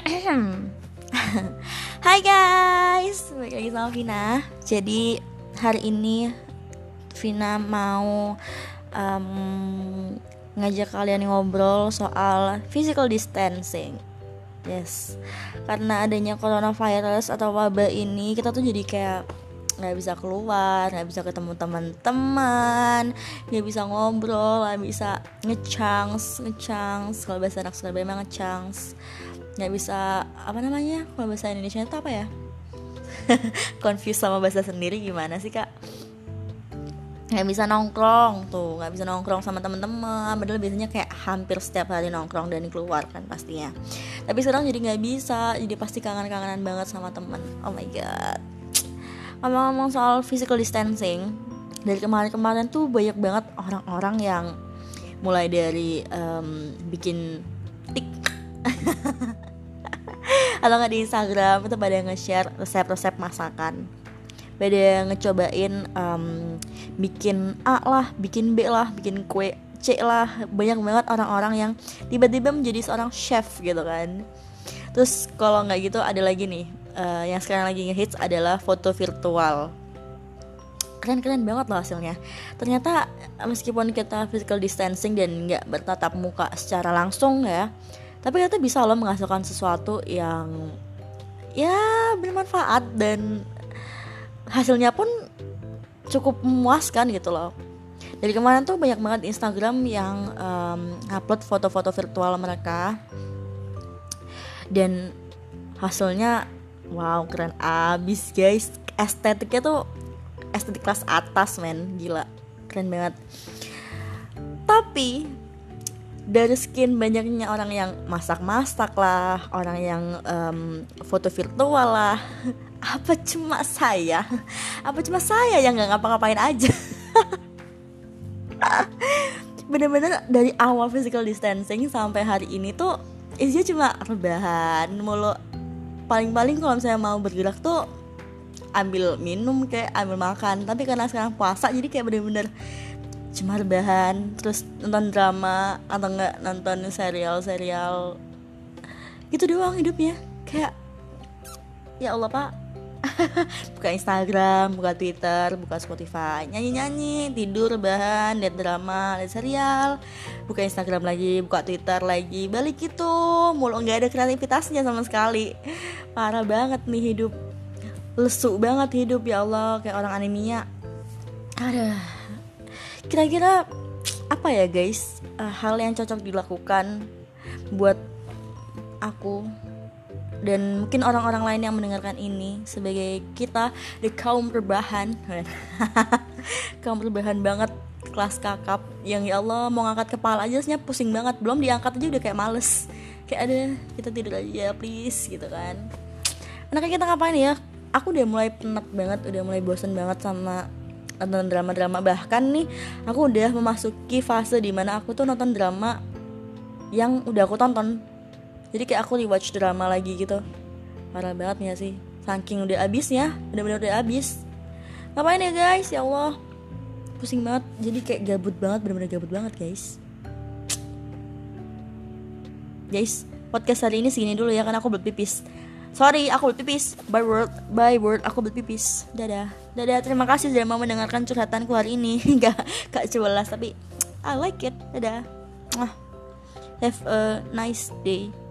Hai guys, balik lagi sama Vina. Jadi hari ini Vina mau ngajak kalian ngobrol soal physical distancing. Yes, karena adanya coronavirus atau wabah ini, kita tuh jadi kayak nggak bisa keluar, nggak bisa ketemu teman-teman, nggak bisa ngobrol, nggak bisa ngechangs. Kalau bahasa anak Surabaya emang ngechangs, nggak bisa kalau bahasa Indonesia itu apa ya? Confused sama bahasa sendiri, gimana sih kak? Nggak bisa nongkrong sama teman-teman, padahal biasanya kayak hampir setiap hari nongkrong dan keluar kan pastinya. Tapi sekarang jadi nggak bisa, jadi pasti kangen-kangenan banget sama teman. Oh my god. Ngomong-ngomong soal physical distancing, dari kemarin-kemarin tuh banyak banget orang-orang yang mulai dari bikin tik atau nggak di Instagram itu pada nge-share resep-resep masakan, pada ngecobain bikin A lah, bikin B lah, bikin kue C lah. Banyak banget orang-orang yang tiba-tiba menjadi seorang chef gitu kan. Terus kalau nggak gitu ada lagi nih, yang sekarang lagi ngehits adalah foto virtual. Keren banget loh hasilnya. Ternyata meskipun kita physical distancing dan nggak bertatap muka secara langsung ya, tapi kita bisa loh menghasilkan sesuatu yang ya bermanfaat dan hasilnya pun cukup memuaskan gitu loh. Dari kemarin tuh banyak banget Instagram yang upload foto-foto virtual mereka, dan hasilnya wow, keren abis guys. Estetiknya tuh estetik kelas atas men, gila, keren banget. Tapi dari sekian banyaknya orang yang masak-masak lah, orang yang foto virtual lah, apa cuma saya yang nggak ngapa-ngapain aja? Bener-bener dari awal physical distancing sampai hari ini tuh isinya cuma rebahan mulu. Paling-paling kalau misalnya mau bergerak tuh ambil minum kayak ambil makan. Tapi karena sekarang puasa jadi kayak bener-bener cuma rebahan, terus nonton drama atau enggak nonton serial gitu doang hidupnya. Kayak ya Allah pak. Buka Instagram, buka Twitter, buka Spotify, nyanyi-nyanyi, tidur, rebahan, liat drama, liat serial, buka Instagram lagi, buka Twitter lagi, balik gitu mulu, nggak ada kreativitasnya sama sekali. Parah banget nih hidup, lesu banget hidup, ya Allah, kayak orang anemia. Aduh, kira-kira apa ya guys, hal yang cocok dilakukan buat aku dan mungkin orang-orang lain yang mendengarkan ini, sebagai kita di kaum rebahan kaum rebahan banget, kelas kakap yang ya Allah mau ngangkat kepala aja rasanya pusing banget, belum diangkat aja udah kayak males, kayak ada kita tidur aja please gitu kan. Enaknya kita ngapain ya? Aku udah mulai penat banget, udah mulai bosan banget sama nonton drama-drama. Bahkan nih aku udah memasuki fase dimana aku tuh nonton drama yang udah aku tonton. Jadi kayak aku rewatch drama lagi gitu. Parah banget gak sih? Saking udah abisnya, bener-bener udah abis. Ngapain ya guys? Ya Allah, pusing banget. Jadi kayak gabut banget, bener-bener gabut banget guys. Guys, podcast hari ini segini dulu ya, karena aku belet pipis. Sorry, aku belet pipis. Bye word, aku belet pipis. Dadah, terima kasih sudah mau mendengarkan curhatanku hari ini. Gak jelas, tapi I like it. Dadah. Have a nice day.